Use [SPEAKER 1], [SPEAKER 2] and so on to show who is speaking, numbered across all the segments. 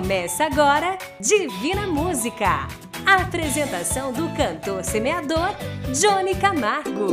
[SPEAKER 1] Começa agora Divina Música. A apresentação do cantor semeador Johnny Camargo.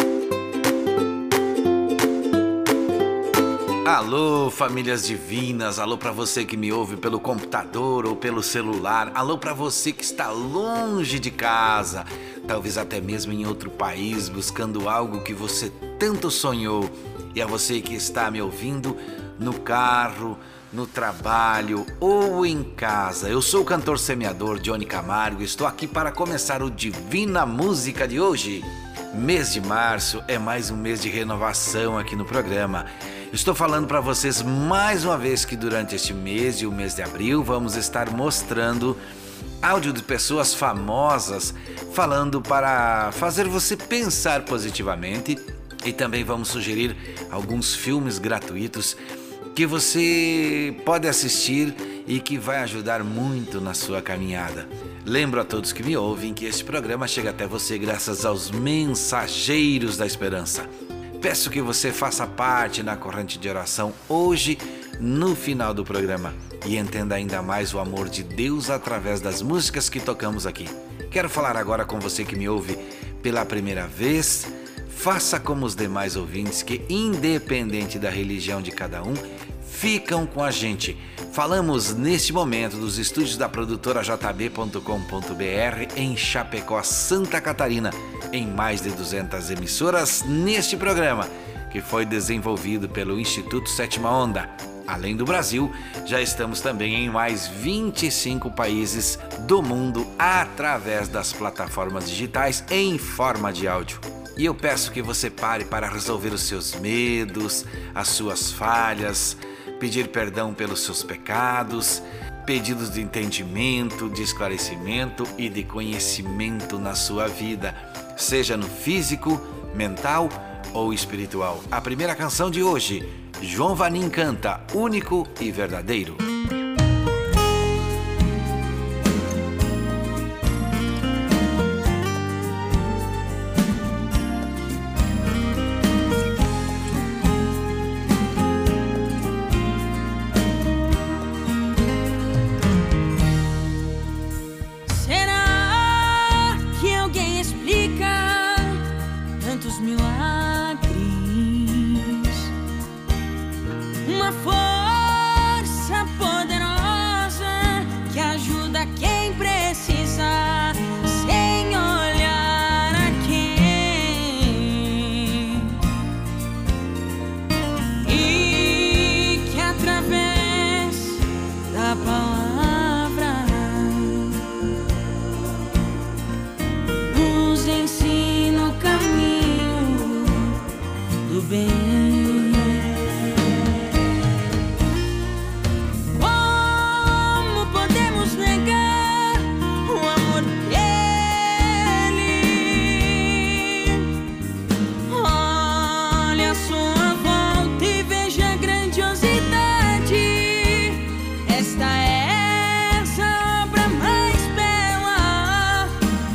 [SPEAKER 2] Alô, famílias divinas, alô para você que me ouve pelo computador ou pelo celular, alô para você que está longe de casa, talvez até mesmo em outro país, buscando algo que você tanto sonhou, e a você que está me ouvindo no carro, no trabalho ou em casa. Eu sou o cantor semeador Johnny Camargo e estou aqui para começar o Divina Música de hoje. Mês de março é mais um mês de renovação aqui no programa. Estou falando para vocês mais uma vez que durante este mês e o mês de abril vamos estar mostrando áudio de pessoas famosas falando para fazer você pensar positivamente, e também vamos sugerir alguns filmes gratuitos que você pode assistir e que vai ajudar muito na sua caminhada. Lembro a todos que me ouvem que este programa chega até você graças aos Mensageiros da Esperança. Peço que você faça parte na corrente de oração hoje, no final do programa, e entenda ainda mais o amor de Deus através das músicas que tocamos aqui. Quero falar agora com você que me ouve pela primeira vez. Faça como os demais ouvintes que, independente da religião de cada um, ficam com a gente. Falamos neste momento dos estúdios da produtora jb.com.br em Chapecó, Santa Catarina, em mais de 200 emissoras neste programa, que foi desenvolvido pelo Instituto Sétima Onda. Além do Brasil, já estamos também em mais 25 países do mundo através das plataformas digitais em forma de áudio. E eu peço que você pare para resolver os seus medos, as suas falhas, pedir perdão pelos seus pecados, pedidos de entendimento, de esclarecimento e de conhecimento na sua vida, seja no físico, mental ou espiritual. A primeira canção de hoje, João Vanim canta Único e Verdadeiro.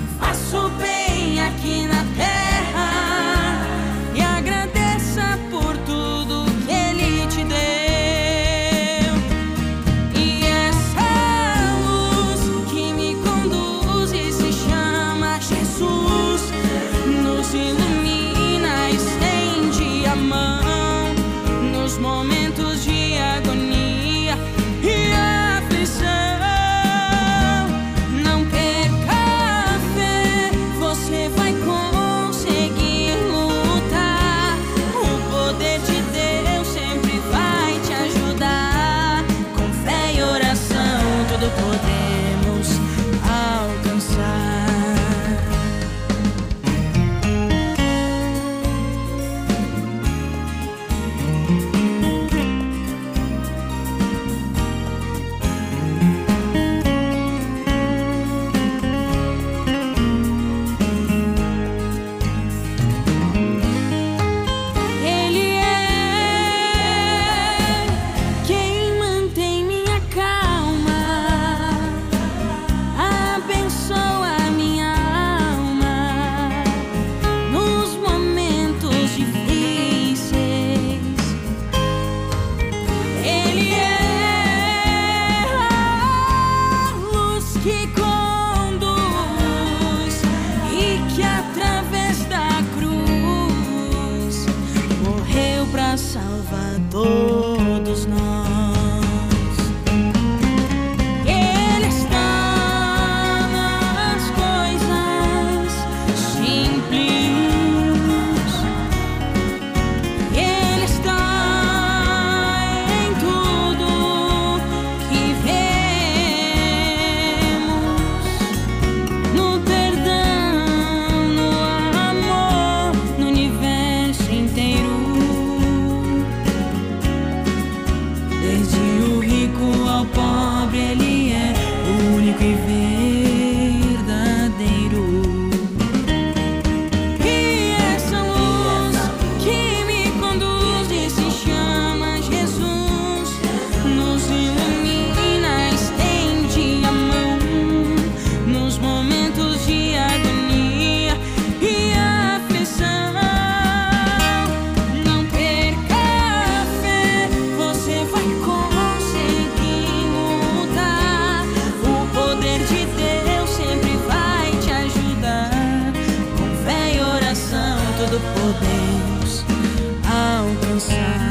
[SPEAKER 3] Aqui na terra, e agradeça por cura salva todos nós. Ele está nas coisas simples, Ele está em tudo que vemos, no perdão, no amor, no universo inteiro. Desde o rico ao pobre, Ele é o único e verdadeiro. E essa luz que me conduz e se chama Jesus nos ilumina, estende a mão nos momentos de agonia e aflição. Não perca a fé, você vai conseguir mudar. O poder de Deus sempre vai te ajudar. Com fé e oração tudo podemos alcançar.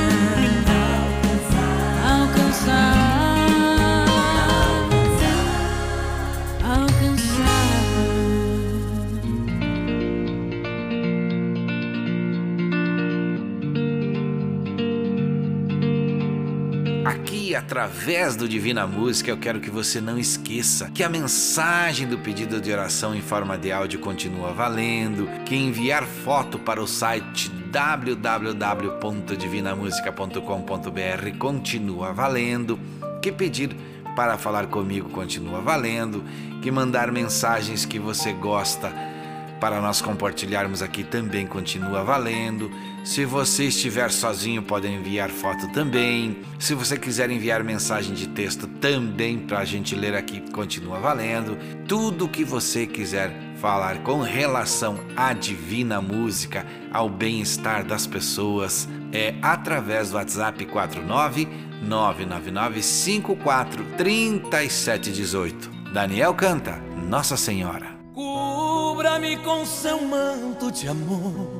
[SPEAKER 2] Aqui, através do Divina Música, eu quero que você não esqueça que a mensagem do pedido de oração em forma de áudio continua valendo, que enviar foto para o site www.divinamusica.com.br continua valendo, que pedir para falar comigo continua valendo, que mandar mensagens que você gosta para nós compartilharmos aqui também continua valendo. Se você estiver sozinho, pode enviar foto também. Se você quiser enviar mensagem de texto também para a gente ler aqui, continua valendo. Tudo que você quiser falar com relação à Divina Música, ao bem-estar das pessoas, é através do WhatsApp 49999543718. Daniel canta Nossa Senhora.
[SPEAKER 4] Cubra-me com seu manto de amor,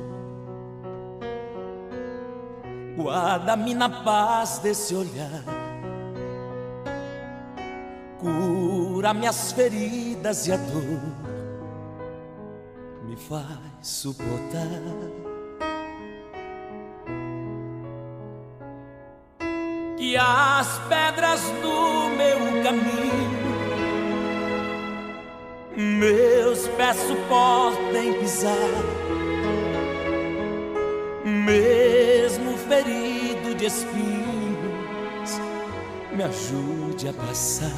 [SPEAKER 4] guarda-me na paz desse olhar, cura minhas feridas e a dor me faz suportar. Que as pedras do meu caminho meus pés suportem pisar, mesmo ferido de espinhos, me ajude a passar.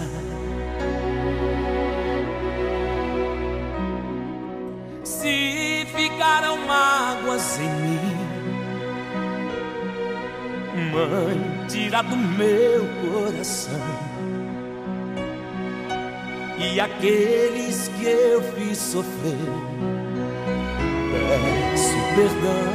[SPEAKER 4] Se ficaram mágoas em mim, Mãe, tira do meu coração. E aqueles que eu fiz sofrer, peço perdão.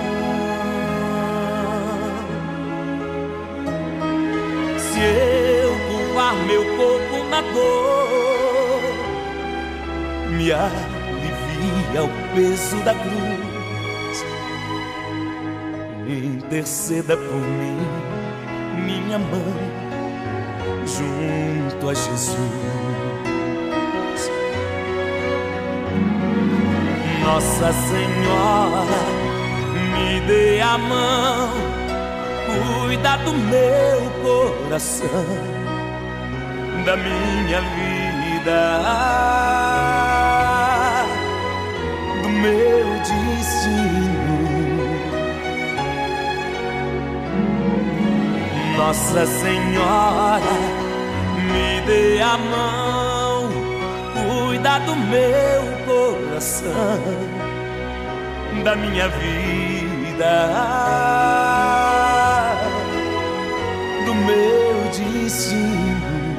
[SPEAKER 4] Se eu curvar meu corpo na dor, me alivia o peso da cruz. Interceda por mim, minha mãe, junto a Jesus. Nossa Senhora, me dê a mão, cuida do meu coração, da minha vida, do meu destino. Nossa Senhora, me dê a mão, cuida do meu coração, da minha vida, do meu destino,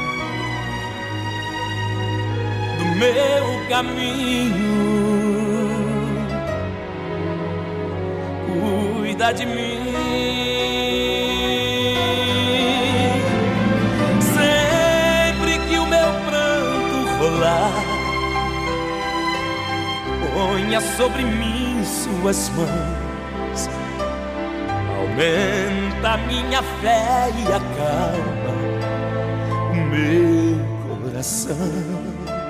[SPEAKER 4] do meu caminho. Cuida de mim. Sempre que o meu pranto rolar, ponha sobre mim suas mãos, aumenta minha fé e acalma o meu coração.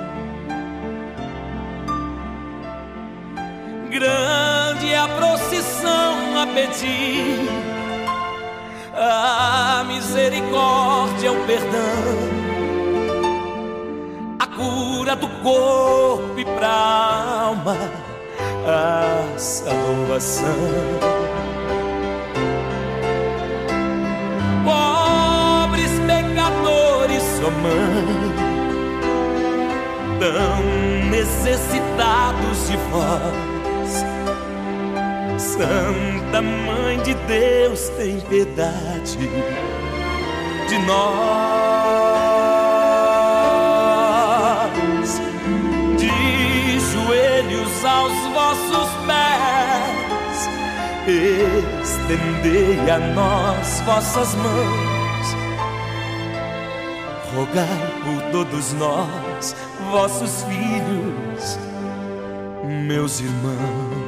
[SPEAKER 4] Grande é a procissão a pedir a misericórdia, o perdão, a cura do corpo e pra alma, a salvação. Pobres pecadores, ó Mãe, tão necessitados de vós. Santa Mãe de Deus, tem piedade de nós. De joelhos aos vossos pés, estendei a nós vossas mãos. Rogai por todos nós, vossos filhos, meus irmãos.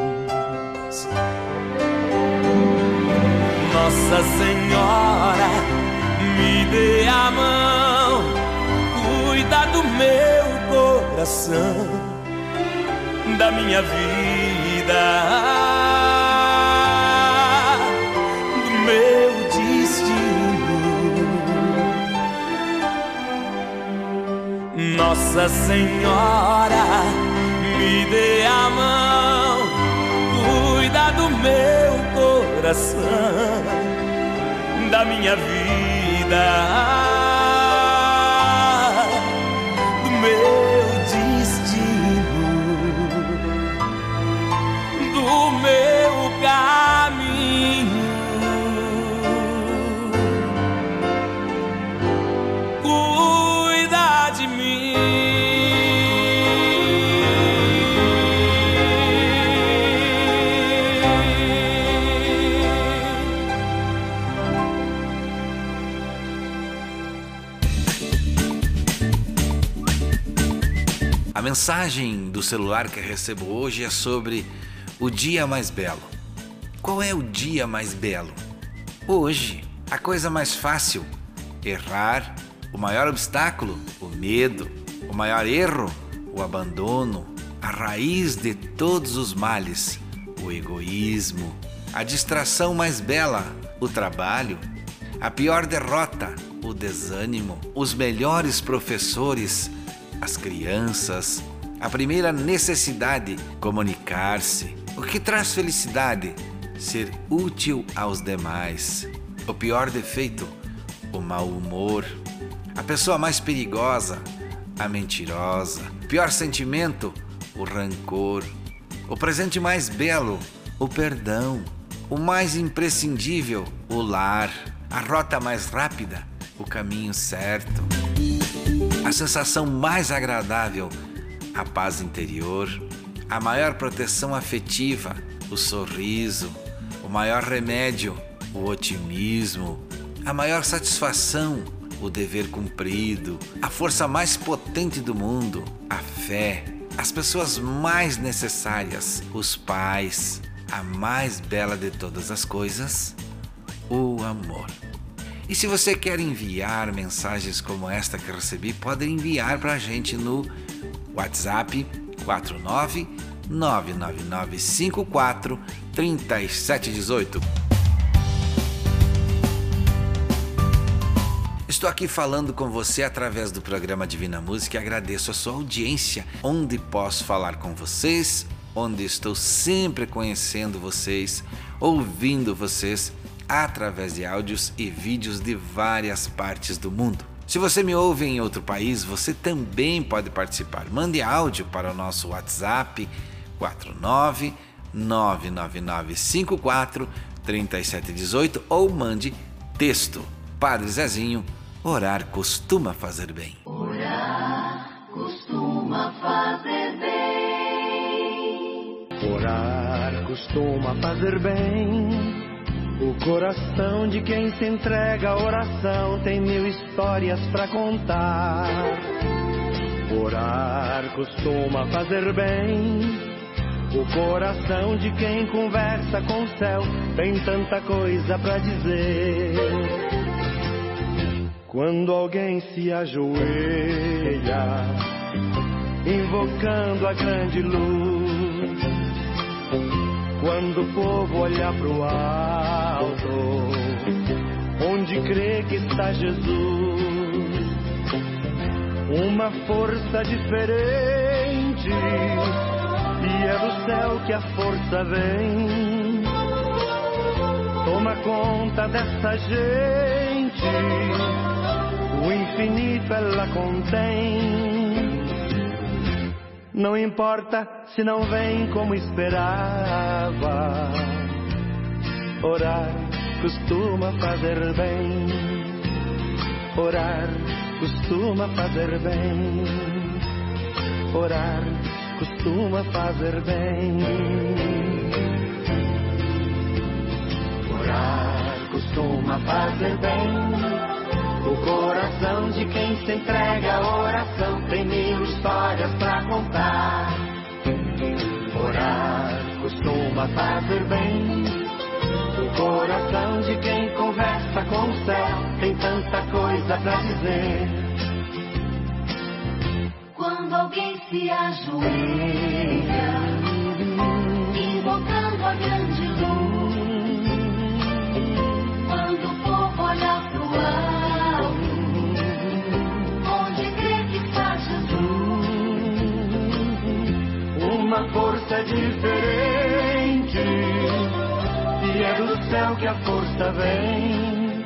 [SPEAKER 4] Nossa Senhora, me dê a mão, cuida do meu coração, da minha vida, do meu destino. Nossa Senhora, me dê a mão, cuida do meu coração, da minha vida, do meu destino, do meu caminho. Cuida de mim.
[SPEAKER 2] A mensagem do celular que eu recebo hoje é sobre o dia mais belo. Qual é o dia mais belo? Hoje, a coisa mais fácil, errar. O maior obstáculo, o medo. O maior erro, o abandono. A raiz de todos os males, o egoísmo. A distração mais bela, o trabalho. A pior derrota, o desânimo. Os melhores professores, as crianças. A primeira necessidade, comunicar-se. O que traz felicidade? Ser útil aos demais. O pior defeito, o mau humor. A pessoa mais perigosa, a mentirosa. O pior sentimento, o rancor. O presente mais belo, o perdão. O mais imprescindível, o lar. A rota mais rápida, o caminho certo. A sensação mais agradável, a paz interior. A maior proteção afetiva, o sorriso. O maior remédio, o otimismo. A maior satisfação, o dever cumprido. A força mais potente do mundo, a fé. As pessoas mais necessárias, os pais. A mais bela de todas as coisas, o amor. E se você quer enviar mensagens como esta que eu recebi, pode enviar para a gente no WhatsApp 49999543718. Estou aqui falando com você através do programa Divina Música e agradeço a sua audiência, onde posso falar com vocês, onde estou sempre conhecendo vocês, ouvindo vocês, através de áudios e vídeos de várias partes do mundo. Se você me ouve em outro país, você também pode participar. Mande áudio para o nosso WhatsApp 49999543718 ou mande texto. Padre Zezinho, orar costuma fazer bem.
[SPEAKER 5] Orar costuma fazer bem.
[SPEAKER 6] Orar costuma fazer bem. O coração de quem se entrega à oração tem 1000 histórias pra contar. Orar costuma fazer bem. O coração de quem conversa com o céu tem tanta coisa pra dizer. Quando alguém se ajoelha, invocando a grande luz, quando o povo olha pro alto, onde crê que está Jesus, uma força diferente, e é do céu que a força vem. Toma conta dessa gente, o infinito ela contém. Não importa se não vem como esperava, orar costuma fazer bem. Orar costuma fazer bem. Orar costuma fazer bem. Orar costuma fazer bem. O coração de quem se entrega à oração tem mil histórias pra contar. Orar costuma fazer bem. O coração de quem conversa com o céu tem tanta coisa pra dizer.
[SPEAKER 5] Quando alguém se ajoelha, invocando a grande luz, quando o povo olha pro alto, onde crê que está Jesus,
[SPEAKER 6] uma força diferente, e é do céu que a força vem.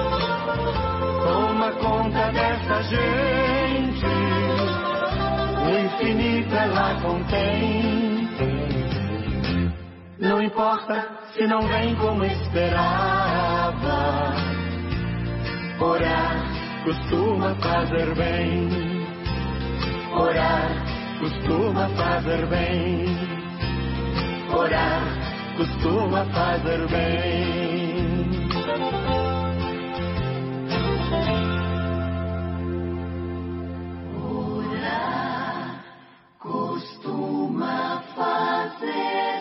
[SPEAKER 6] Toma conta dessa gente, o infinito ela contém. Não importa se não vem como esperava, orar costuma fazer bem. Orar costuma fazer bem. Orar costuma fazer bem.
[SPEAKER 5] orar costuma fazer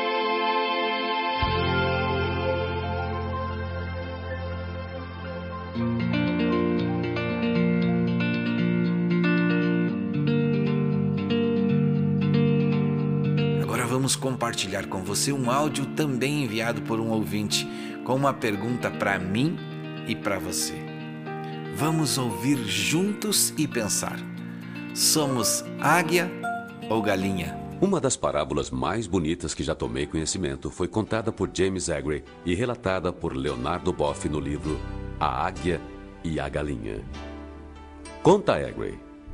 [SPEAKER 2] Agora vamos compartilhar com você um áudio também enviado por um ouvinte com uma pergunta para mim e para você. Vamos ouvir juntos e pensar. Somos águia ou galinha?
[SPEAKER 7] Uma das parábolas mais bonitas que já tomei conhecimento foi contada por James Aggrey e relatada por Leonardo Boff no livro A Águia e a Galinha. Conta Aggrey.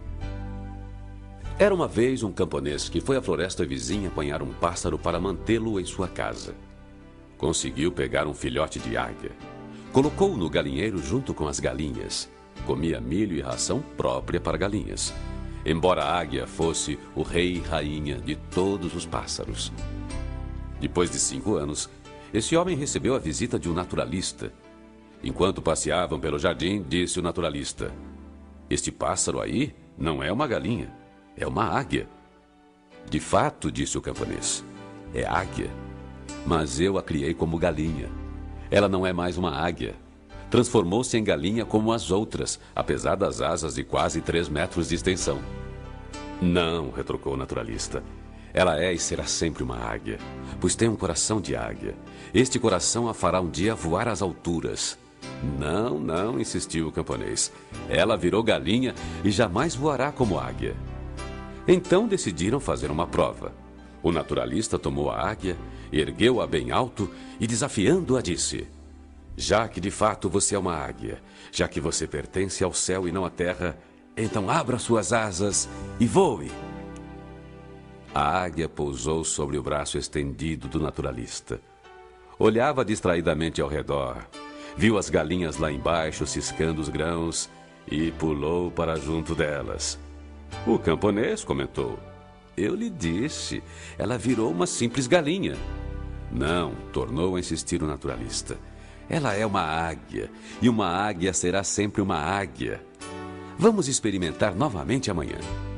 [SPEAKER 7] Era uma vez um camponês que foi à floresta vizinha apanhar um pássaro para mantê-lo em sua casa. Conseguiu pegar um filhote de águia. Colocou-o no galinheiro junto com as galinhas. Comia milho e ração própria para galinhas. Embora a águia fosse o rei e rainha de todos os pássaros. Depois de 5 anos, esse homem recebeu a visita de um naturalista. Enquanto passeavam pelo jardim, disse o naturalista: "Este pássaro aí não é uma galinha, é uma águia." "De fato," disse o camponês, "é águia. Mas eu a criei como galinha. Ela não é mais uma águia. Transformou-se em galinha como as outras, apesar das asas de quase 3 metros de extensão." "Não," retrucou o naturalista. "Ela é e será sempre uma águia, pois tem um coração de águia. Este coração a fará um dia voar às alturas." "Não, não," insistiu o camponês. "Ela virou galinha e jamais voará como águia." Então decidiram fazer uma prova. O naturalista tomou a águia, ergueu-a bem alto e, desafiando-a, disse: "Já que de fato você é uma águia, já que você pertence ao céu e não à terra, então abra suas asas e voe." A águia pousou sobre o braço estendido do naturalista. Olhava distraidamente ao redor, viu as galinhas lá embaixo ciscando os grãos e pulou para junto delas. O camponês comentou: "Eu lhe disse, ela virou uma simples galinha." "Não," tornou a insistir o naturalista. "Ela é uma águia, e uma águia será sempre uma águia. Vamos experimentar novamente amanhã."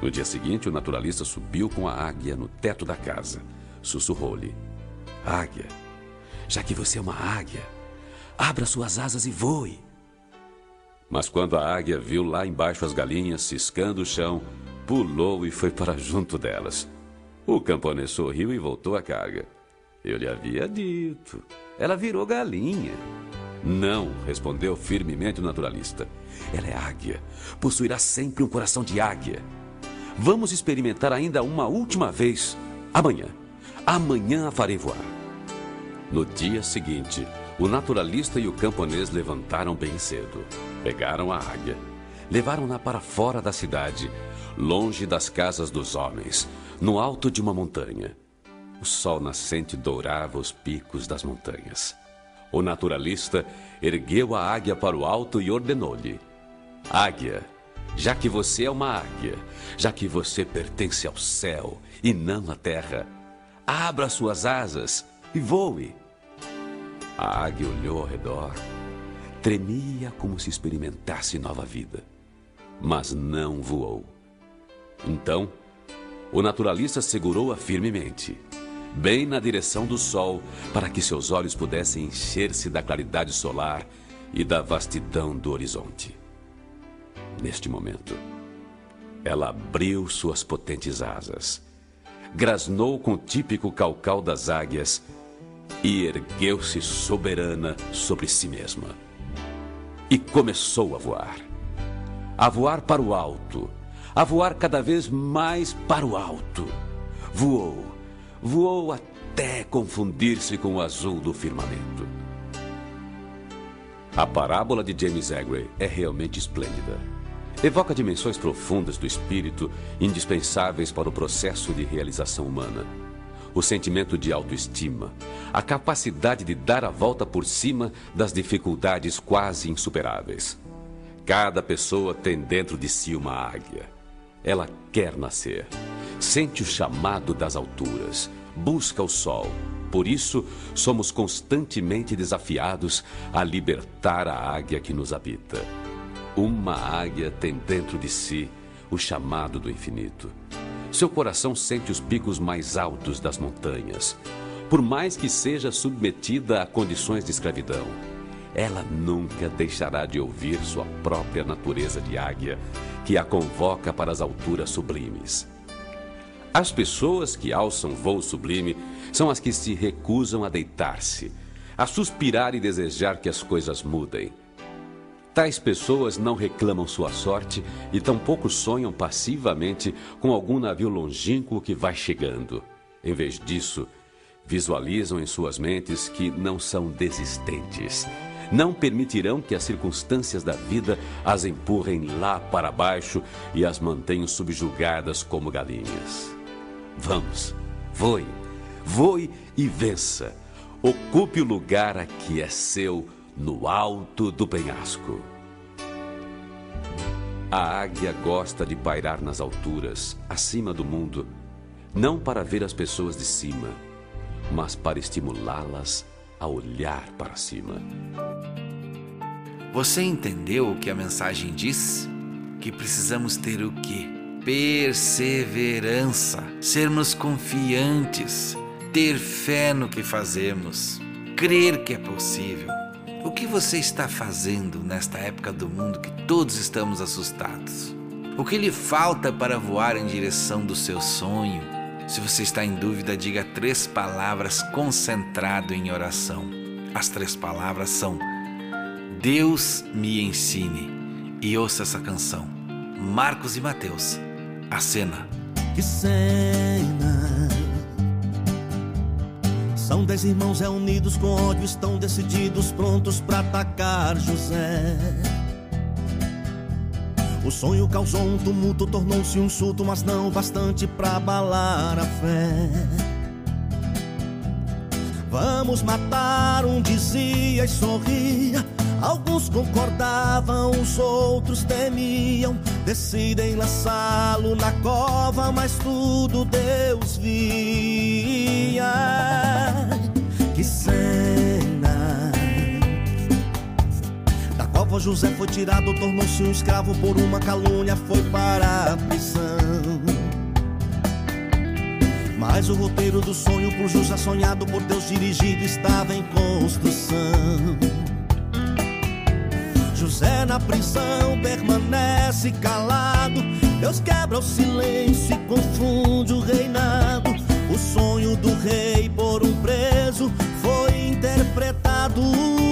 [SPEAKER 7] No dia seguinte, o naturalista subiu com a águia no teto da casa. Sussurrou-lhe: Águia, já que você é uma águia, abra suas asas e voe. Mas quando a águia viu lá embaixo as galinhas ciscando o chão, pulou e foi para junto delas. O camponês sorriu e voltou à carga. Eu lhe havia dito, ela virou galinha. Não, respondeu firmemente o naturalista. Ela é águia, possuirá sempre um coração de águia. Vamos experimentar ainda uma última vez. Amanhã a farei voar. No dia seguinte, o naturalista e o camponês levantaram bem cedo. Pegaram a águia, levaram-na para fora da cidade, longe das casas dos homens, no alto de uma montanha. O sol nascente dourava os picos das montanhas. O naturalista ergueu a águia para o alto e ordenou-lhe: Águia, já que você é uma águia, já que você pertence ao céu e não à terra, abra suas asas e voe. A águia olhou ao redor, tremia como se experimentasse nova vida, mas não voou. Então, o naturalista segurou-a firmemente, bem na direção do sol, para que seus olhos pudessem encher-se da claridade solar e da vastidão do horizonte. Neste momento, ela abriu suas potentes asas, grasnou com o típico caucau das águias e ergueu-se soberana sobre si mesma. E começou a voar para o alto, a voar cada vez mais para o alto. Voou até confundir-se com o azul do firmamento. A parábola de James Aggrey é realmente esplêndida. Evoca dimensões profundas do espírito, indispensáveis para o processo de realização humana. O sentimento de autoestima, a capacidade de dar a volta por cima das dificuldades quase insuperáveis. Cada pessoa tem dentro de si uma águia. Ela quer nascer, sente o chamado das alturas, busca o sol. Por isso, somos constantemente desafiados a libertar a águia que nos habita. Uma águia tem dentro de si o chamado do infinito. Seu coração sente os picos mais altos das montanhas. Por mais que seja submetida a condições de escravidão, ela nunca deixará de ouvir sua própria natureza de águia, que a convoca para as alturas sublimes. As pessoas que alçam voo sublime são as que se recusam a deitar-se, a suspirar e desejar que as coisas mudem. Tais pessoas não reclamam sua sorte e tampouco sonham passivamente com algum navio longínquo que vai chegando. Em vez disso, visualizam em suas mentes que não são desistentes. Não permitirão que as circunstâncias da vida as empurrem lá para baixo e as mantenham subjugadas como galinhas. Vamos, voe e vença. Ocupe o lugar que é seu no alto do penhasco. A águia gosta de pairar nas alturas, acima do mundo, não para ver as pessoas de cima, mas para estimulá-las a olhar para cima.
[SPEAKER 2] Você entendeu o que a mensagem diz? Que precisamos ter o quê? Perseverança, sermos confiantes, ter fé no que fazemos, crer que é possível. O que você está fazendo nesta época do mundo que todos estamos assustados? O que lhe falta para voar em direção do seu sonho? Se você está em dúvida, diga 3 palavras concentrado em oração. As 3 palavras são: Deus me ensine. E ouça essa canção. Marcos e Mateus, a cena.
[SPEAKER 4] Que cena! São 10 irmãos reunidos com ódio, estão decididos, prontos para atacar José. O sonho causou um tumulto, tornou-se um surto, mas não o bastante para abalar a fé. Vamos matar, um dizia e sorria. Alguns concordavam, os outros temiam. Decidem lançá-lo na cova, mas tudo Deus via. Que cena! Da cova após José foi tirado, tornou-se um escravo por uma calúnia, foi para a prisão. Mas o roteiro do sonho por José sonhado, por Deus dirigido, estava em construção. José na prisão permanece calado. Deus quebra o silêncio e confunde o reinado. O sonho do rei por um preso foi interpretado.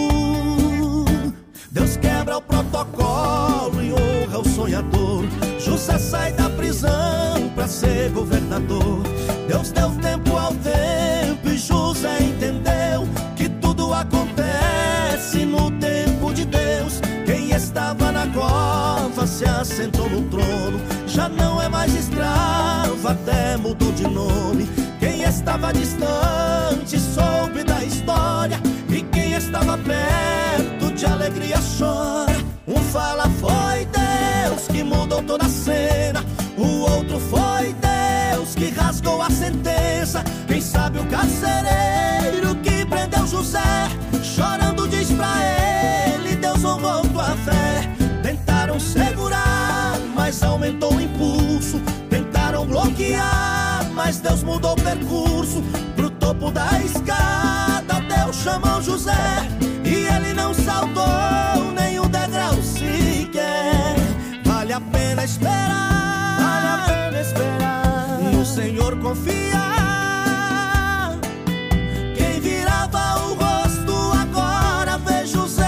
[SPEAKER 4] Deus quebra o protocolo e honra o sonhador. José sai da prisão para ser governador. Deus deu tempo ao tempo e José entendeu que tudo acontece no tempo de Deus. Quem estava na cova se assentou no trono. Já não é mais escravo, até mudou de nome. Quem estava distante soube da história, e quem estava perto de alegria chora. Um fala foi Deus que mudou toda a cena, o outro foi Deus que rasgou a sentença. Quem sabe o carcereiro que prendeu José, chorando diz pra ele: Deus honrou tua fé. Tentaram segurar, mas aumentou o impulso. Tentaram bloquear, mas Deus mudou o percurso. Pro topo da escada Deus chamou José, e ele não saltou nenhum degrau sequer. Vale a pena esperar, vale a pena esperar, no Senhor confiar. Quem virava o rosto agora vê José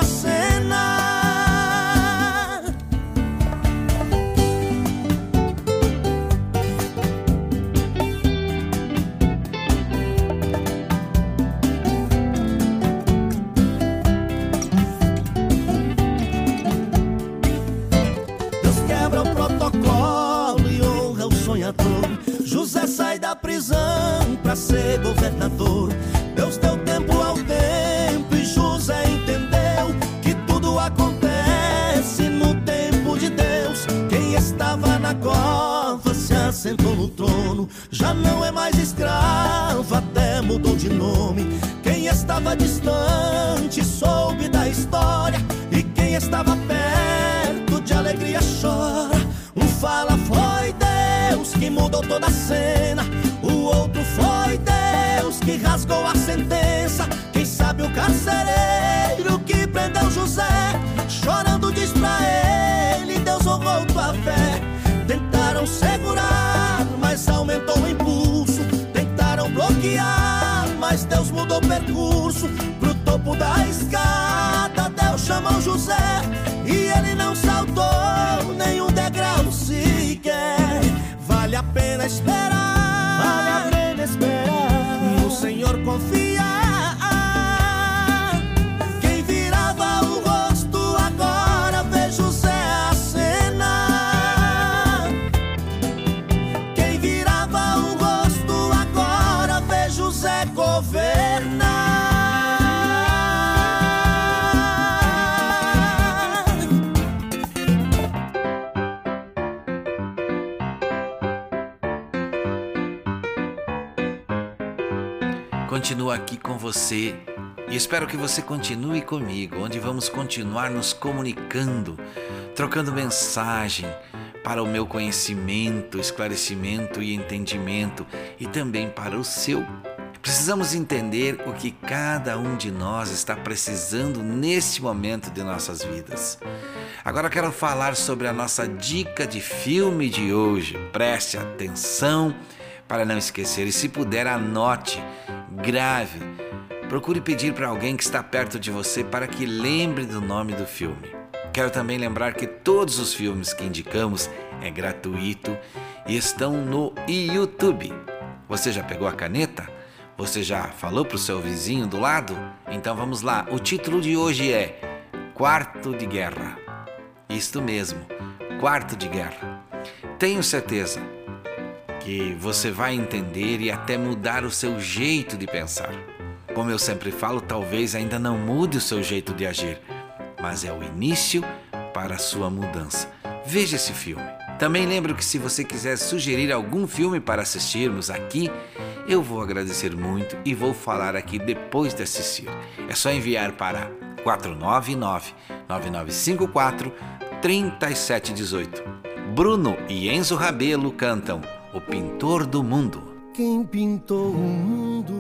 [SPEAKER 4] acenar. Deus quebra o protocolo e honra o sonhador. José sai da prisão pra ser governador. Deus deu tempo ao tempo e José entendeu que tudo acontece no tempo de Deus. Quem estava na cova se assentou no trono. Já não é mais escravo, até mudou de nome. Quem estava distante soube da história, e quem estava perto de alegria chora. Um fala foi Deus que mudou toda a cena, o outro foi Deus que rasgou a sentença. Quem sabe o carcereiro que prendeu José, chorando diz pra ele: Deus honrou tua fé. Tentaram segurar, mas aumentou o impulso. Tentaram bloquear, mas Deus mudou o percurso. Pro topo da escada Deus chamou José, e ele não saltou nenhum degrau sequer. Vale a pena esperar, vale a pena esperar, no Senhor confiar. Quem virava o rosto agora vê José acenar. Quem virava o rosto agora vê José governar.
[SPEAKER 2] Continuo aqui com você e espero que você continue comigo, onde vamos continuar nos comunicando, trocando mensagem para o meu conhecimento, esclarecimento e entendimento, e também para o seu. Precisamos entender o que cada um de nós está precisando nesse momento de nossas vidas. Agora quero falar sobre a nossa dica de filme de hoje. Preste atenção para não esquecer, e se puder anote, grave, procure pedir para alguém que está perto de você para que lembre do nome do filme. Quero também lembrar que todos os filmes que indicamos é gratuito e estão no YouTube. Você já pegou a caneta? Você já falou para o seu vizinho do lado? Então vamos lá, o título de hoje é Quarto de Guerra. Isto mesmo, Quarto de Guerra. Tenho certeza que você vai entender e até mudar o seu jeito de pensar. Como eu sempre falo, talvez ainda não mude o seu jeito de agir, mas é o início para a sua mudança. Veja esse filme. Também lembro que se você quiser sugerir algum filme para assistirmos aqui, eu vou agradecer muito e vou falar aqui depois de assistir. É só enviar para 9954-3718. Bruno e Enzo Rabelo cantam O Pintor do Mundo.
[SPEAKER 4] Quem pintou o mundo,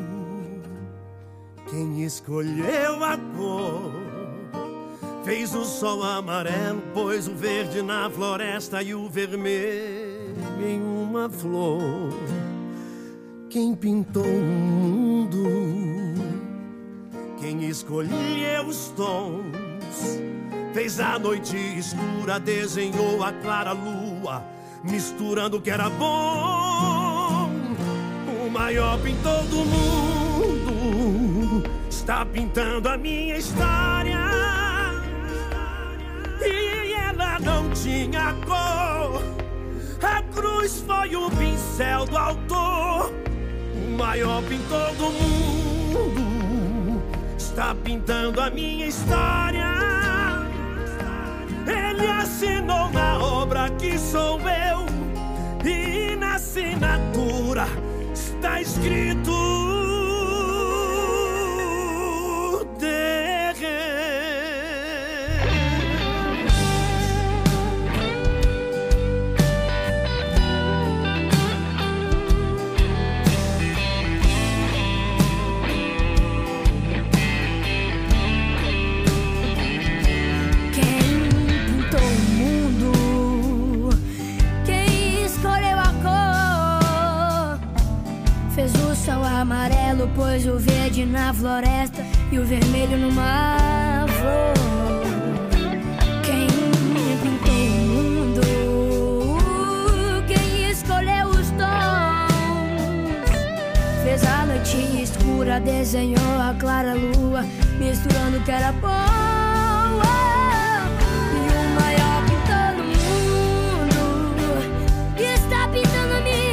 [SPEAKER 4] quem escolheu a cor, fez o sol amarelo, pôs o verde na floresta e o vermelho em uma flor. Quem pintou o mundo, quem escolheu os tons, fez a noite escura, desenhou a clara lua, misturando o que era bom. O maior pintor do mundo está pintando a minha história, e ela não tinha cor. A cruz foi o pincel do autor. O maior pintor do mundo está pintando a minha história. Ele assinou na obra que sou eu, e na assinatura está escrito
[SPEAKER 8] amarelo, pôs o verde na floresta e o vermelho numa flor. Quem pintou o mundo, quem escolheu os tons, fez a noite escura, desenhou a clara lua, misturando o que era bom. E o maior pintor do mundo está pintando a minha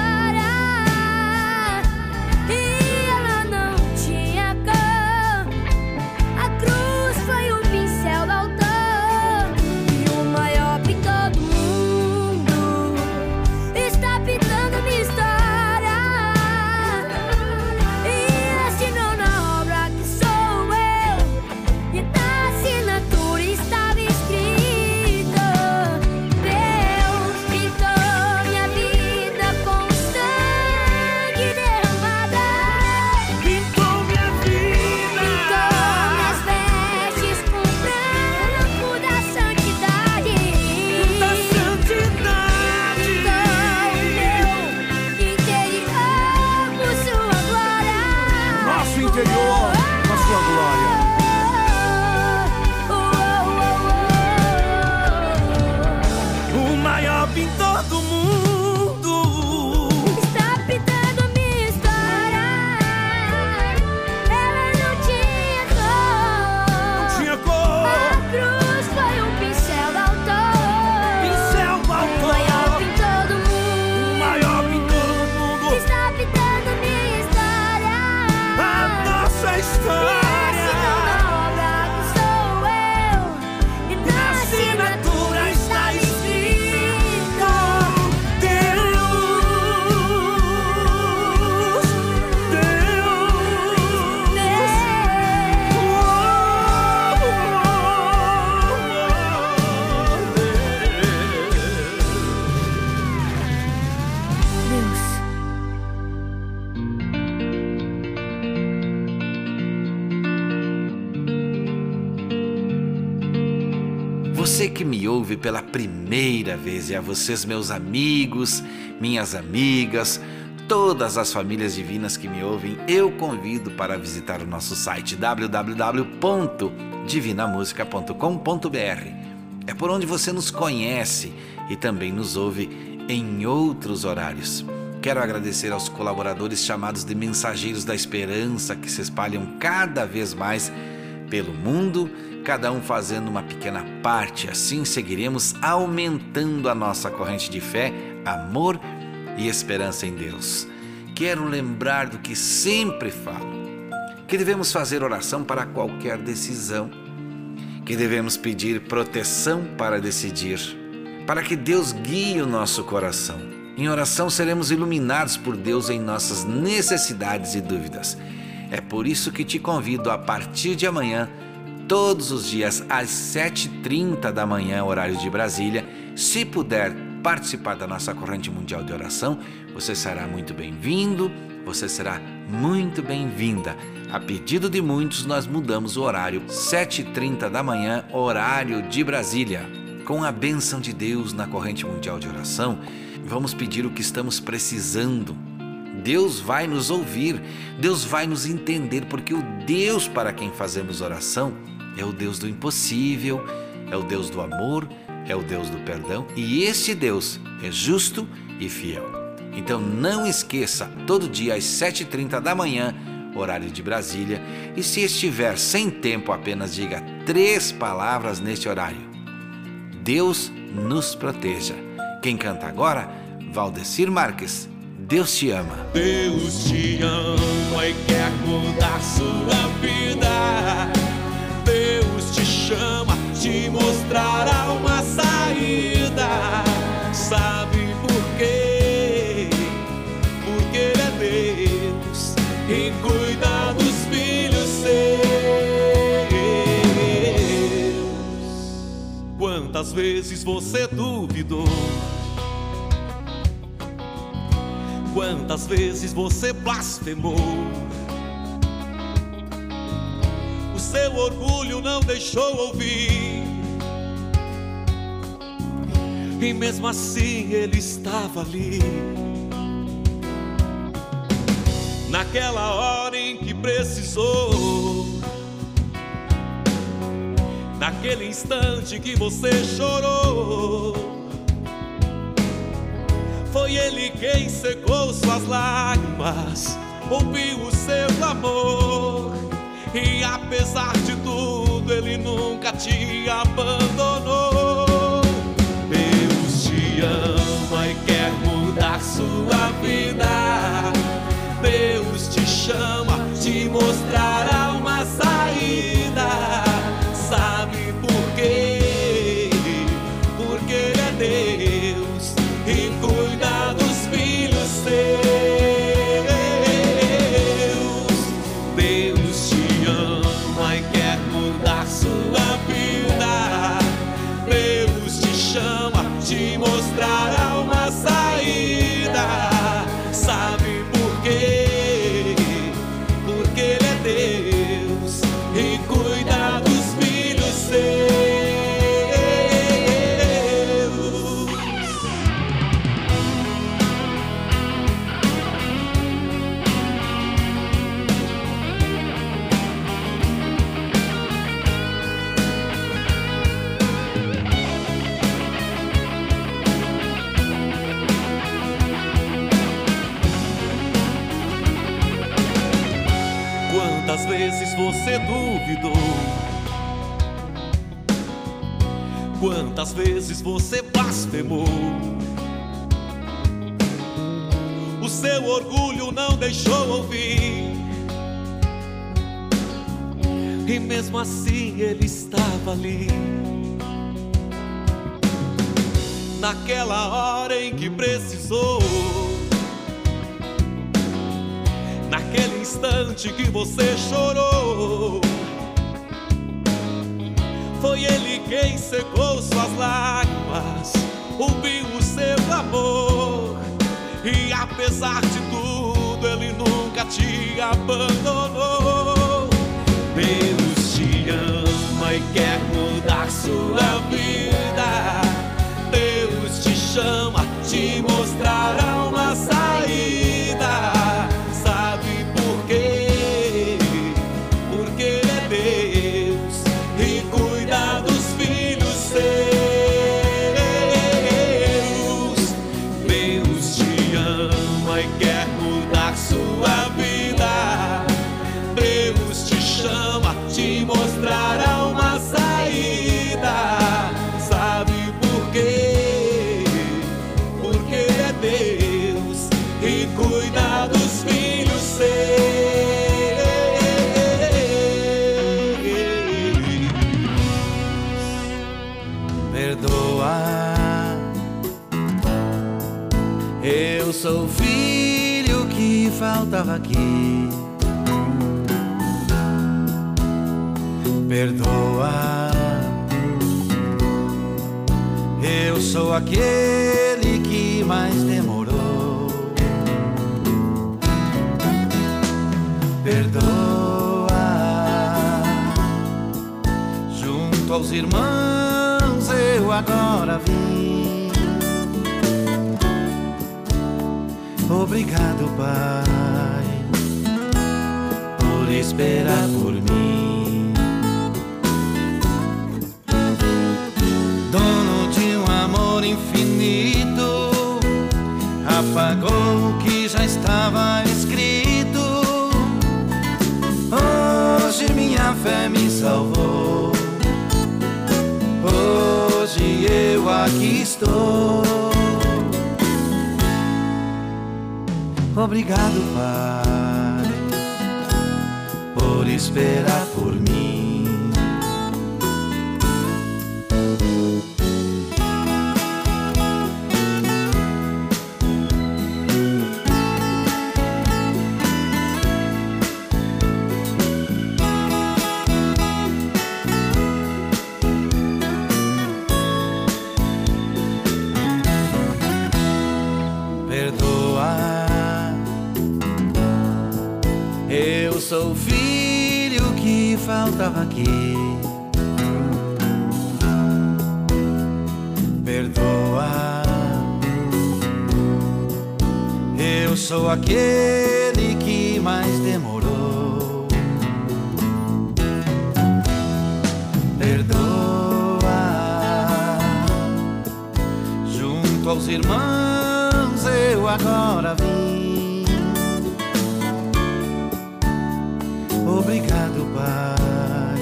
[SPEAKER 2] Você que me ouve pela primeira vez, e a vocês, meus amigos, minhas amigas, todas as famílias divinas que me ouvem, eu convido para visitar o nosso site www.divinamusica.com.br. É por onde você nos conhece e também nos ouve em outros horários. Quero agradecer aos colaboradores chamados de Mensageiros da Esperança, que se espalham cada vez mais pelo mundo, cada um fazendo uma pequena parte. Assim seguiremos aumentando a nossa corrente de fé, amor e esperança em Deus. Quero lembrar do que sempre falo, que devemos fazer oração para qualquer decisão, que devemos pedir proteção para decidir, para que Deus guie o nosso coração. Em oração seremos iluminados por Deus em nossas necessidades e dúvidas. É por isso que te convido a partir de amanhã, todos os dias às 7h30 da manhã, horário de Brasília. Se puder participar da nossa corrente mundial de oração, você será muito bem-vindo, você será muito bem-vinda. A pedido de muitos, nós mudamos o horário, 7h30 da manhã, horário de Brasília. Com a bênção de Deus na corrente mundial de oração, vamos pedir o que estamos precisando. Deus vai nos ouvir, Deus vai nos entender, porque o Deus para quem fazemos oração é o Deus do impossível, é o Deus do amor, é o Deus do perdão, e este Deus é justo e fiel. Então não esqueça, todo dia às 7h30 da manhã, horário de Brasília, e se estiver sem tempo, apenas diga 3 palavras neste horário. Deus nos proteja. Quem canta agora? Valdecir Marques. Deus te ama.
[SPEAKER 9] Deus te ama e quer mudar sua vida. Deus te chama, te mostrará uma saída. Sabe por quê? Porque Ele é Deus e cuida dos filhos seus. Quantas vezes você duvidou? Quantas vezes você blasfemou? O seu orgulho não deixou ouvir, e mesmo assim Ele estava ali. Naquela hora em que precisou, naquele instante que você chorou, foi Ele quem secou suas lágrimas, ouviu o seu clamor, e apesar de tudo Ele nunca te abandonou. Deus te ama e quer mudar sua vida. Deus te chama, te mostrará uma saída. Sabe por quê? Porque Ele é Deus e cuida dos filhos seus. Deus te ama e quer mudar sua vida. Deus te chama, te mostrará uma saída. Sabe por quê? Porque Ele é Deus e cuida dos filhos seus. Quantas vezes você duvidou? Quantas vezes você blasfemou? O seu orgulho não deixou ouvir, e mesmo assim Ele estava ali. Naquela hora em que precisou, naquele instante que você chorou, foi Ele quem secou suas lágrimas, ouviu o seu clamor, e apesar de tudo Ele nunca te abandonou. Deus te ama e quer mudar sua vida. Deus te chama, te mostrará uma saída. Sabe por quê? Porque Ele é Deus e cuida dos filhos seus. Deus te ama e quer mudar sua vida. Deus te chama, te mostrará uma saída. Sabe por quê? Porque Ele é Deus e cuida dos filhos seus.
[SPEAKER 4] Perdoa, eu sou o filho que faltava aqui.
[SPEAKER 10] Perdoa, eu sou aquele que mais demorou. Perdoa, junto aos irmãos eu agora vim. Obrigado, Pai, por esperar por mim. Dono de um amor infinito, apagou o que já estava escrito. Hoje minha fé me salvou. Hoje eu aqui estou. Obrigado, Pai, por esperar por mim. Eu sou o filho que faltava aqui. Perdoa, eu sou aquele que mais demorou. Perdoa, junto aos irmãos eu agora vim. Obrigado, Pai,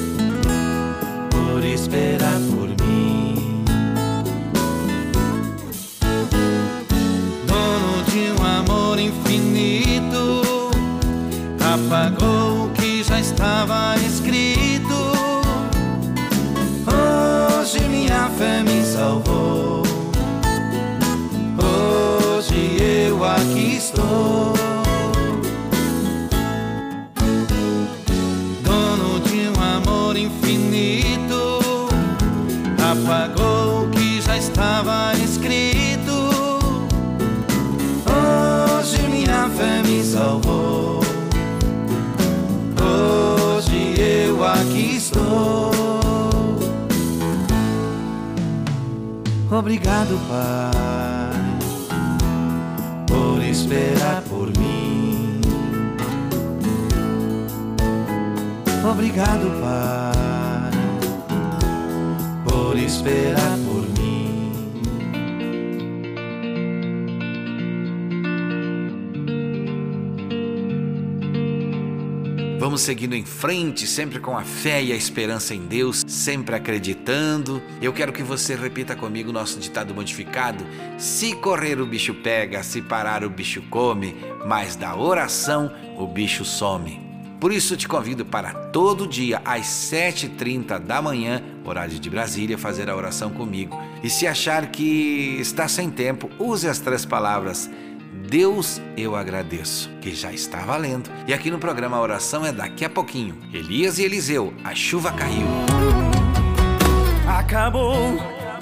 [SPEAKER 10] por esperar por mim. Dono de um amor infinito, apagou o que já estava escrito. Hoje minha fé me salvou. Hoje eu aqui estou. Infinito, apagou o que já estava escrito. Hoje minha fé me salvou. Hoje eu aqui estou. Obrigado, Pai, por esperar por mim. Obrigado, Pai, por esperar por mim.
[SPEAKER 2] Vamos seguindo em frente, sempre com a fé e a esperança em Deus, sempre acreditando. Eu quero que você repita comigo o nosso ditado modificado: se correr o bicho pega, se parar o bicho come, mas da oração o bicho some. Por isso te convido para todo dia às 7h30 da manhã, horário de Brasília, fazer a oração comigo. E se achar que está sem tempo, use as 3 palavras: Deus, eu agradeço, que já está valendo. E aqui no programa a oração é daqui a pouquinho. Elias e Eliseu, a chuva caiu.
[SPEAKER 11] Acabou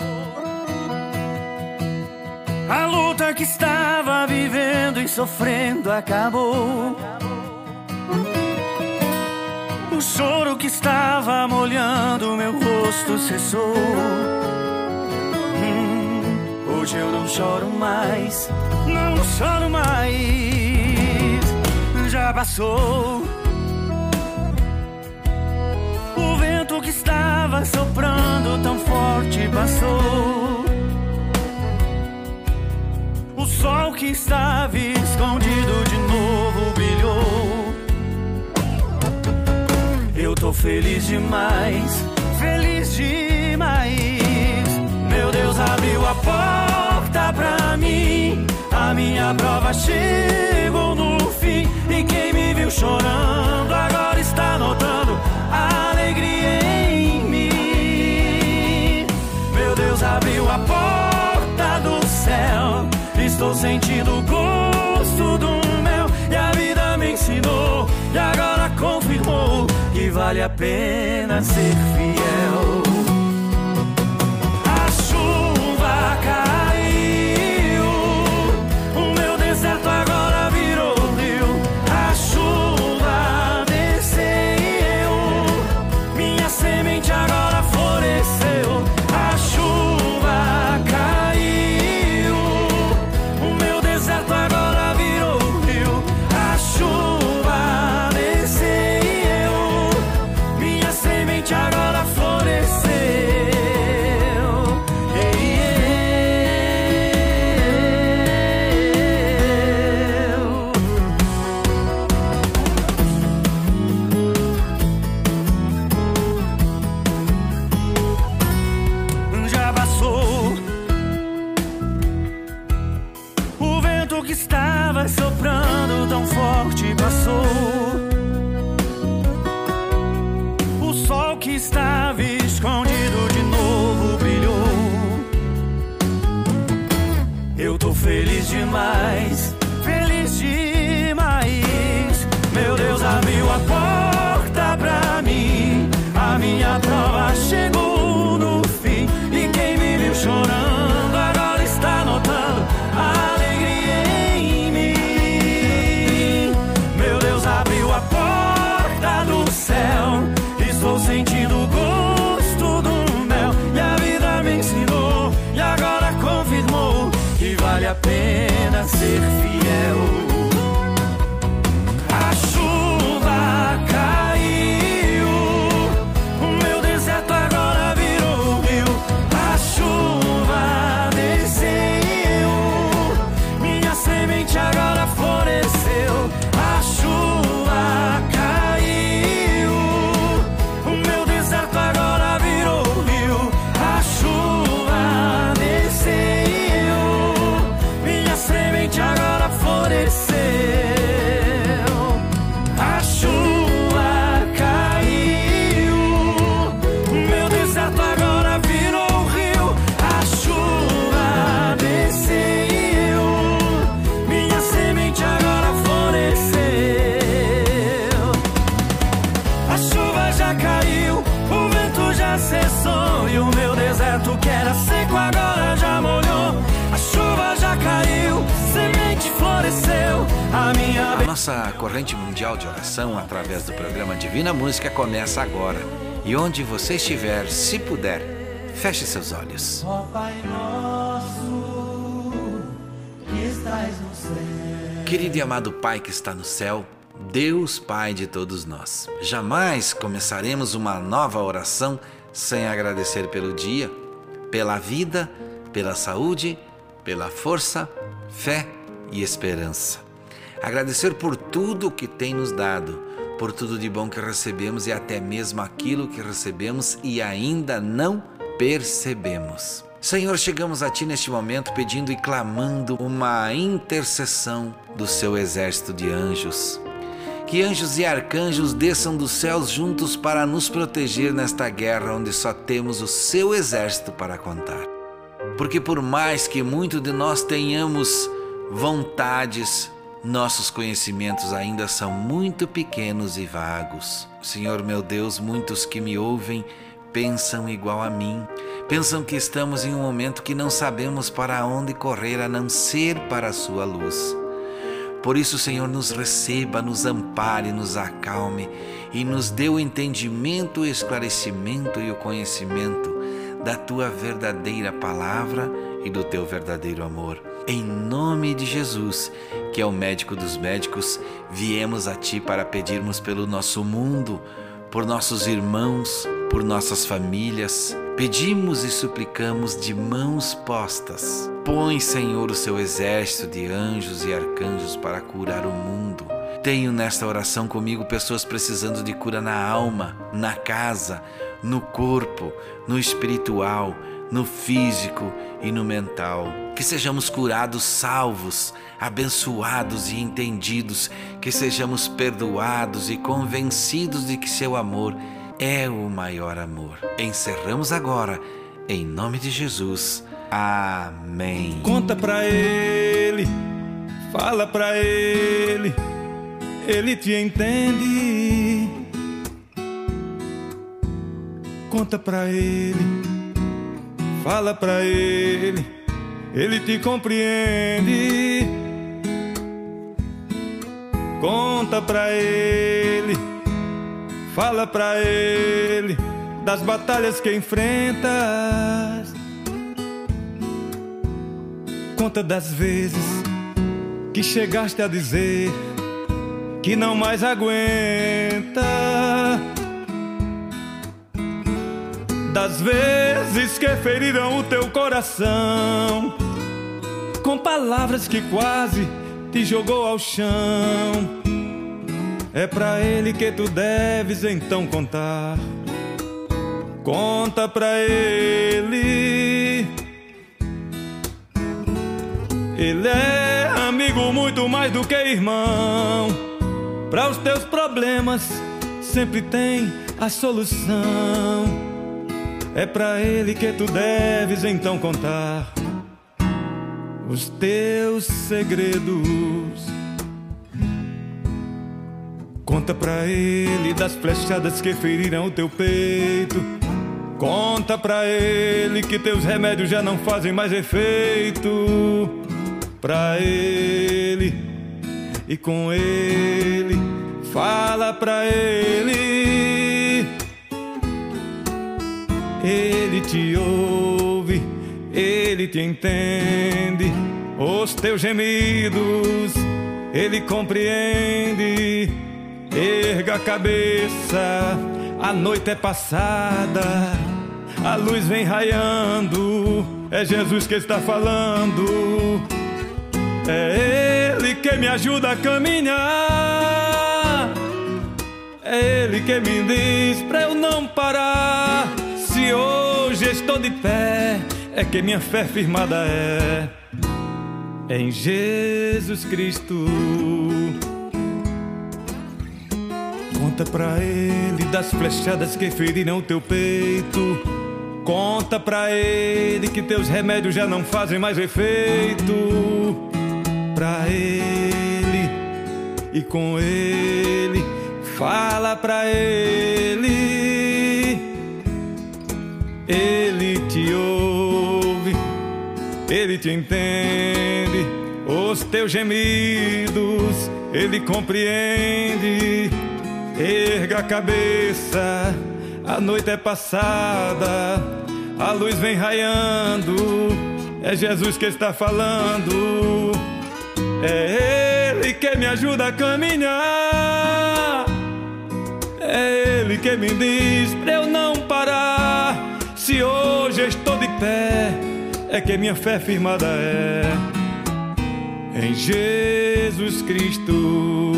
[SPEAKER 11] a luta que estava vivendo e sofrendo, acabou. O choro que estava molhando meu rosto cessou. Hoje eu não choro mais, não choro mais. Já passou. O vento que estava soprando tão forte passou. O sol que estava escondido de novo brilhou. Eu tô feliz demais, feliz demais. Meu Deus abriu a porta pra mim. A minha prova chegou no fim. E quem me viu chorando agora está notando a alegria em mim. Meu Deus abriu a porta do céu. Estou sentindo o gosto do mel. E a vida me ensinou e agora confirmou que vai vale a pena ser fiel. A chuva caiu, o meu deserto agora virou rio. A chuva desceu, minha semente agora floresceu. A chuva caiu, o meu deserto agora virou rio. A chuva desceu, minha semente agora floresceu. Já passou o vento que estava soprando tão forte, passou o sol que estava escondido de novo brilhou. Eu tô feliz demais, feliz demais. Meu Deus abriu a porta pra mim, a minha prova chegou no fim. E quem me viu chorando agora está notando a alegria em mim. Meu Deus abriu a porta do céu, estou sentindo o gosto do mel. E a vida me ensinou e agora confirmou que vale a pena ser fiel. A chuva caiu, o meu deserto agora virou rio. A chuva desceu, minha semente agora floresceu. A chuva caiu, o meu deserto agora virou rio. A chuva desceu, minha semente agora floresceu. A chuva caiu, meu deserto agora virou rio. A chuva desceu, minha semente agora floresceu. A chuva já caiu, o vento já cessou, e o meu deserto que era seco agora já molhou. A chuva já caiu, semente floresceu. A minha
[SPEAKER 2] A nossa corrente mundial de oração através do programa Divina Música começa agora. E onde você estiver, se puder, feche seus olhos.
[SPEAKER 3] Ó Pai nosso, que estás no céu.
[SPEAKER 2] Querido e amado Pai que está no céu, Deus Pai de todos nós, jamais começaremos uma nova oração sem agradecer pelo dia, pela vida, pela saúde, pela força, fé e esperança. Agradecer por tudo que tem nos dado, por tudo de bom que recebemos e até mesmo aquilo que recebemos e ainda não percebemos. Senhor, chegamos a Ti neste momento pedindo e clamando uma intercessão do Seu exército de anjos. Que anjos e arcanjos desçam dos céus juntos para nos proteger nesta guerra onde só temos o Seu exército para contar. Porque por mais que muito de nós tenhamos vontades, nossos conhecimentos ainda são muito pequenos e vagos. Senhor meu Deus, muitos que me ouvem pensam igual a mim. Pensam que estamos em um momento que não sabemos para onde correr a não ser para a Sua luz. Por isso, Senhor, nos receba, nos ampare, nos acalme e nos dê o entendimento, o esclarecimento e o conhecimento da Tua verdadeira palavra e do Teu verdadeiro amor. Em nome de Jesus, que é o médico dos médicos, viemos a Ti para pedirmos pelo nosso mundo, por nossos irmãos, por nossas famílias. Pedimos e suplicamos de mãos postas. Põe, Senhor, o Seu exército de anjos e arcanjos para curar o mundo. Tenho nesta oração comigo pessoas precisando de cura na alma, na casa, no corpo, no espiritual, no físico e no mental. Que sejamos curados, salvos, abençoados e entendidos. Que sejamos perdoados e convencidos de que Seu amor é o maior amor. Encerramos agora, em nome de Jesus. Amém.
[SPEAKER 9] Conta pra Ele, fala pra Ele, Ele te entende.
[SPEAKER 12] Conta pra ele, fala pra ele, ele te compreende. Conta pra ele, fala pra ele das batalhas que enfrentas. Conta das vezes que chegaste a dizer que não mais aguenta. Das vezes que feriram o teu coração com palavras que quase te jogou ao chão. É pra ele que tu deves então contar. Conta pra ele. Ele é amigo muito mais do que irmão. Pra os teus problemas sempre tem a solução. É pra ele que tu deves então contar os teus segredos. Conta pra ele das flechadas que feriram o teu peito. Conta pra ele que teus remédios já não fazem mais efeito. Pra ele e com ele, fala pra ele. Ele te ouve, ele te entende. Os teus gemidos ele compreende. Erga a cabeça, a noite é passada, a luz vem raiando. É Jesus que está falando. É ele que me ajuda a caminhar. É ele que me diz pra eu não parar. Se hoje estou de pé, é que minha fé firmada é em Jesus Cristo. Conta pra ele das flechadas que feriram o teu peito. Conta pra ele que teus remédios já não fazem mais efeito. Pra ele e com ele, fala pra ele. Ele te ouve, ele te entende. Os teus gemidos ele compreende. Erga a cabeça, a noite é passada, a luz vem raiando. É Jesus que está falando. É ele que me ajuda a caminhar. É ele que me diz pra eu não parar. Se hoje estou de pé, é que minha fé firmada é em Jesus Cristo.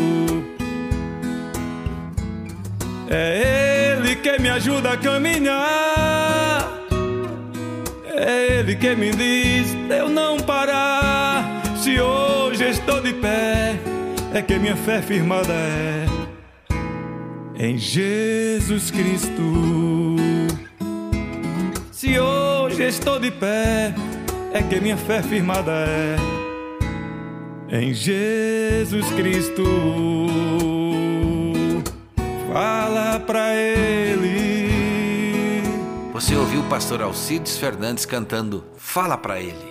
[SPEAKER 12] É ele que me ajuda a caminhar. É ele que me diz pra eu não parar. Se hoje estou de pé, é que minha fé firmada é em Jesus Cristo. Se hoje estou de pé, é que minha fé firmada é em Jesus Cristo. Fala pra ele.
[SPEAKER 2] Você ouviu o pastor Alcides Fernandes cantando Fala pra ele.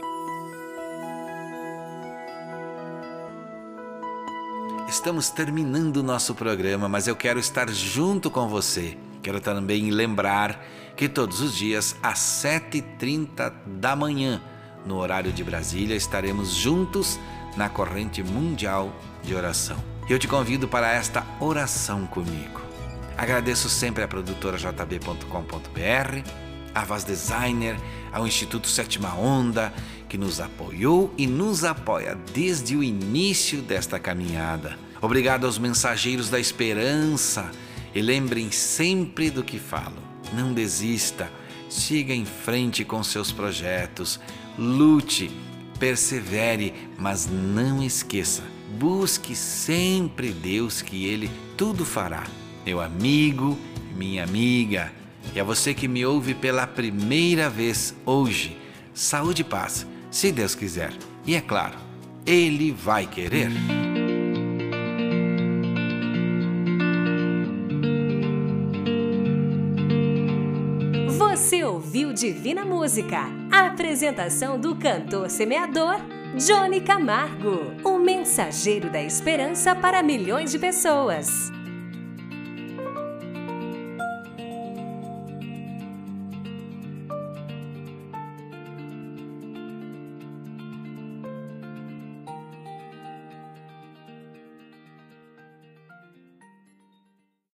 [SPEAKER 2] Estamos terminando o nosso programa, mas eu quero estar junto com você. Quero também lembrar que todos os dias às 7h30 da manhã, no horário de Brasília, estaremos juntos na corrente mundial de oração. Eu te convido para esta oração comigo. Agradeço sempre à produtora jb.com.br, à Vaz Designer, ao Instituto Sétima Onda, que nos apoiou e nos apoia desde o início desta caminhada. Obrigado aos mensageiros da esperança e lembrem sempre do que falo. Não desista, siga em frente com seus projetos, lute, persevere, mas não esqueça, busque sempre Deus que Ele tudo fará. Meu amigo, minha amiga, e a você que me ouve pela primeira vez hoje, saúde e paz, se Deus quiser. E é claro, Ele vai querer.
[SPEAKER 1] Você ouviu Divina Música, a apresentação do cantor semeador Johnny Camargo, o mensageiro da esperança para milhões de pessoas.